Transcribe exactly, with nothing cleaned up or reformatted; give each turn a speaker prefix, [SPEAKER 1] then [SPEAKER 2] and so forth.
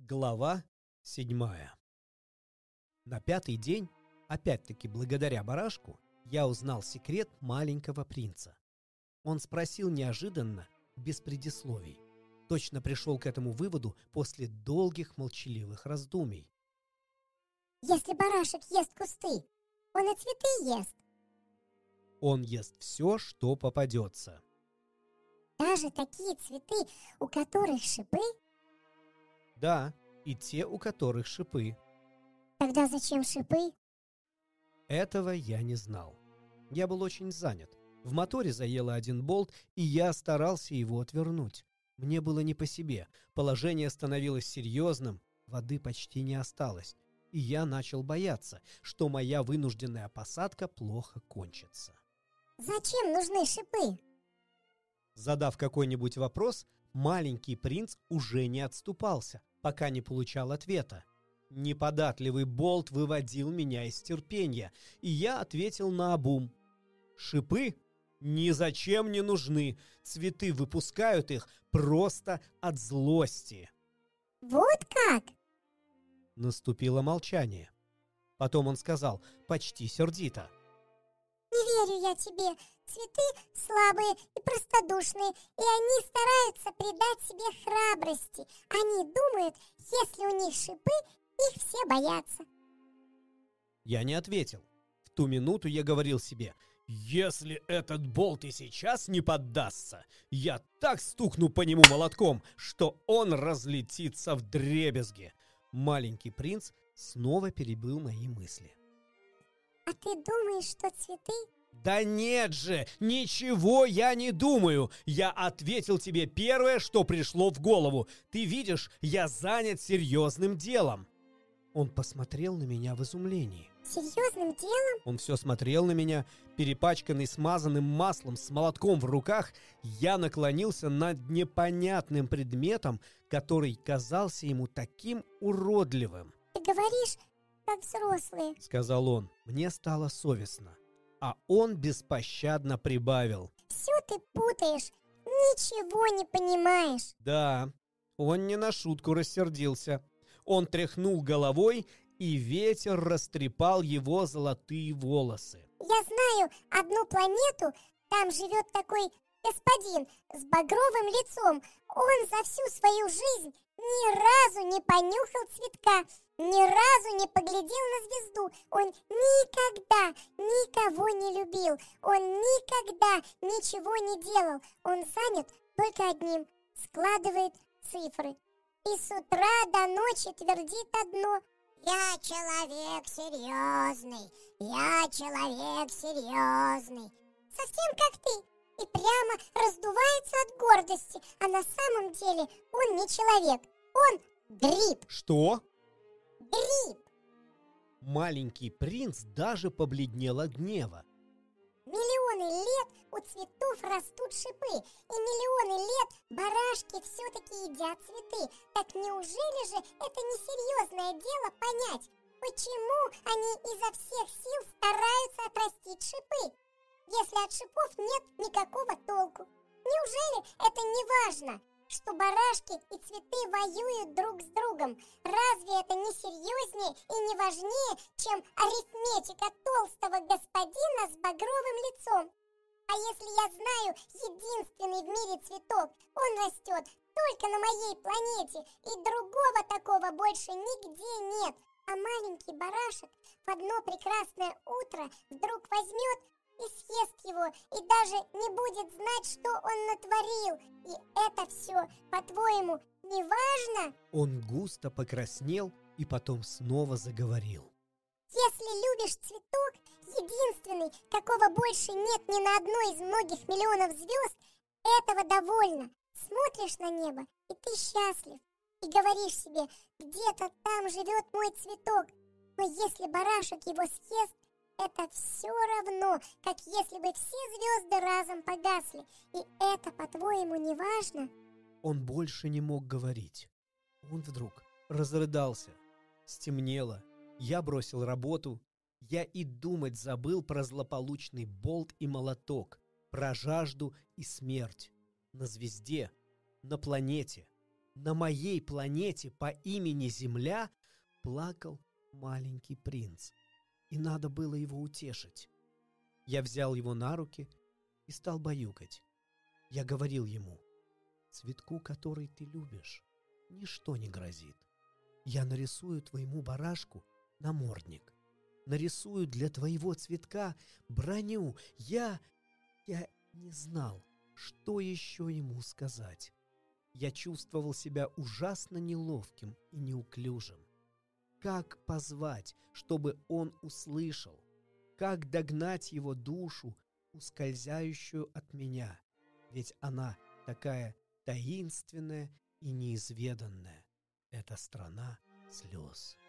[SPEAKER 1] Глава седьмая. На пятый день, опять-таки благодаря барашку, я узнал секрет маленького принца. Он спросил неожиданно, без предисловий. Точно пришел к этому выводу после долгих молчаливых раздумий.
[SPEAKER 2] Если барашек ест кусты, он и цветы ест.
[SPEAKER 1] Он ест все, что попадется.
[SPEAKER 2] Даже такие цветы, у которых шипы?
[SPEAKER 1] Да, и те, у которых шипы.
[SPEAKER 2] Тогда зачем шипы?
[SPEAKER 1] Этого я не знал. Я был очень занят. В моторе заело один болт, и я старался его отвернуть. Мне было не по себе. Положение становилось серьезным, воды почти не осталось. И я начал бояться, что моя вынужденная посадка плохо кончится.
[SPEAKER 2] Зачем нужны шипы?
[SPEAKER 1] Задав какой-нибудь вопрос, маленький принц уже не отступался, пока не получал ответа. Неподатливый болт выводил меня из терпения, и я ответил наобум. Шипы ни зачем не нужны, цветы выпускают их просто от злости.
[SPEAKER 2] Вот как?
[SPEAKER 1] Наступило молчание. Потом он сказал, почти сердито.
[SPEAKER 2] Не верю я тебе. Цветы слабые и простодушные, и они стараются придать себе храбрости. Они думают, если у них шипы, их все боятся.
[SPEAKER 1] Я не ответил. В ту минуту я говорил себе, если этот болт и сейчас не поддастся, я так стукну по нему молотком, что он разлетится вдребезги. Маленький принц снова перебил мои мысли.
[SPEAKER 2] А ты думаешь, что цветы...
[SPEAKER 1] Да нет же, ничего я не думаю. Я ответил тебе первое, что пришло в голову. Ты видишь, я занят серьезным делом. Он посмотрел на меня в изумлении.
[SPEAKER 2] Серьезным делом?
[SPEAKER 1] Он все смотрел на меня, перепачканный смазанным маслом, с молотком в руках. Я наклонился над непонятным предметом, который казался ему таким уродливым.
[SPEAKER 2] Ты говоришь, как взрослые,
[SPEAKER 1] сказал он. Мне стало совестно. А он беспощадно прибавил.
[SPEAKER 2] Все ты путаешь, ничего не понимаешь.
[SPEAKER 1] Да, он не на шутку рассердился. Он тряхнул головой, и ветер растрепал его золотые волосы.
[SPEAKER 2] Я знаю одну планету, там живет такой господин с багровым лицом. Он за всю свою жизнь ни разу не понюхал цветка, ни разу не поглядел на звезду. Он никогда никого не любил. Он никогда ничего не делал. Он занят только одним – складывает цифры. И с утра до ночи твердит одно: «Я человек серьезный, я человек серьезный». Совсем как ты. И прямо раздувается от гордости. А на самом деле он не человек, он гриб.
[SPEAKER 1] Что?
[SPEAKER 2] Гриб.
[SPEAKER 1] Маленький принц даже побледнел от гнева.
[SPEAKER 2] Миллионы лет у цветов растут шипы, и миллионы лет барашки все-таки едят цветы. Так неужели же это несерьезное дело понять, почему они изо всех сил стараются отрастить шипы, если от шипов нет никакого толку? Неужели это не важно, что барашки и цветы воюют друг с другом? Разве это не серьезнее и не важнее, чем арифметика толстого господина с багровым лицом? А если я знаю единственный в мире цветок, он растет только на моей планете, и другого такого больше нигде нет, а маленький барашек в одно прекрасное утро вдруг возьмет и съест его, и даже не будет знать, что он натворил. И это все, по-твоему, не важно?
[SPEAKER 1] Он густо покраснел и потом снова заговорил.
[SPEAKER 2] Если любишь цветок, единственный, какого больше нет ни на одной из многих миллионов звезд, этого довольно. Смотришь на небо, и ты счастлив. И говоришь себе, где-то там живет мой цветок. Но если барашек его съест, это все равно, как если бы все звезды разом погасли. И это, по-твоему, не важно?
[SPEAKER 1] Он больше не мог говорить. Он вдруг разрыдался. Стемнело. Я бросил работу. Я и думать забыл про злополучный болт и молоток, про жажду и смерть. На звезде, на планете, на моей планете по имени Земля плакал маленький принц, и надо было его утешить. Я взял его на руки и стал баюкать. Я говорил ему: «Цветку, который ты любишь, ничто не грозит. Я нарисую твоему барашку намордник, нарисую для твоего цветка броню». Я... я не знал, что еще ему сказать. Я чувствовал себя ужасно неловким и неуклюжим. Как позвать, чтобы он услышал? Как догнать его душу, ускользающую от меня? Ведь она такая таинственная и неизведанная. Это страна слез.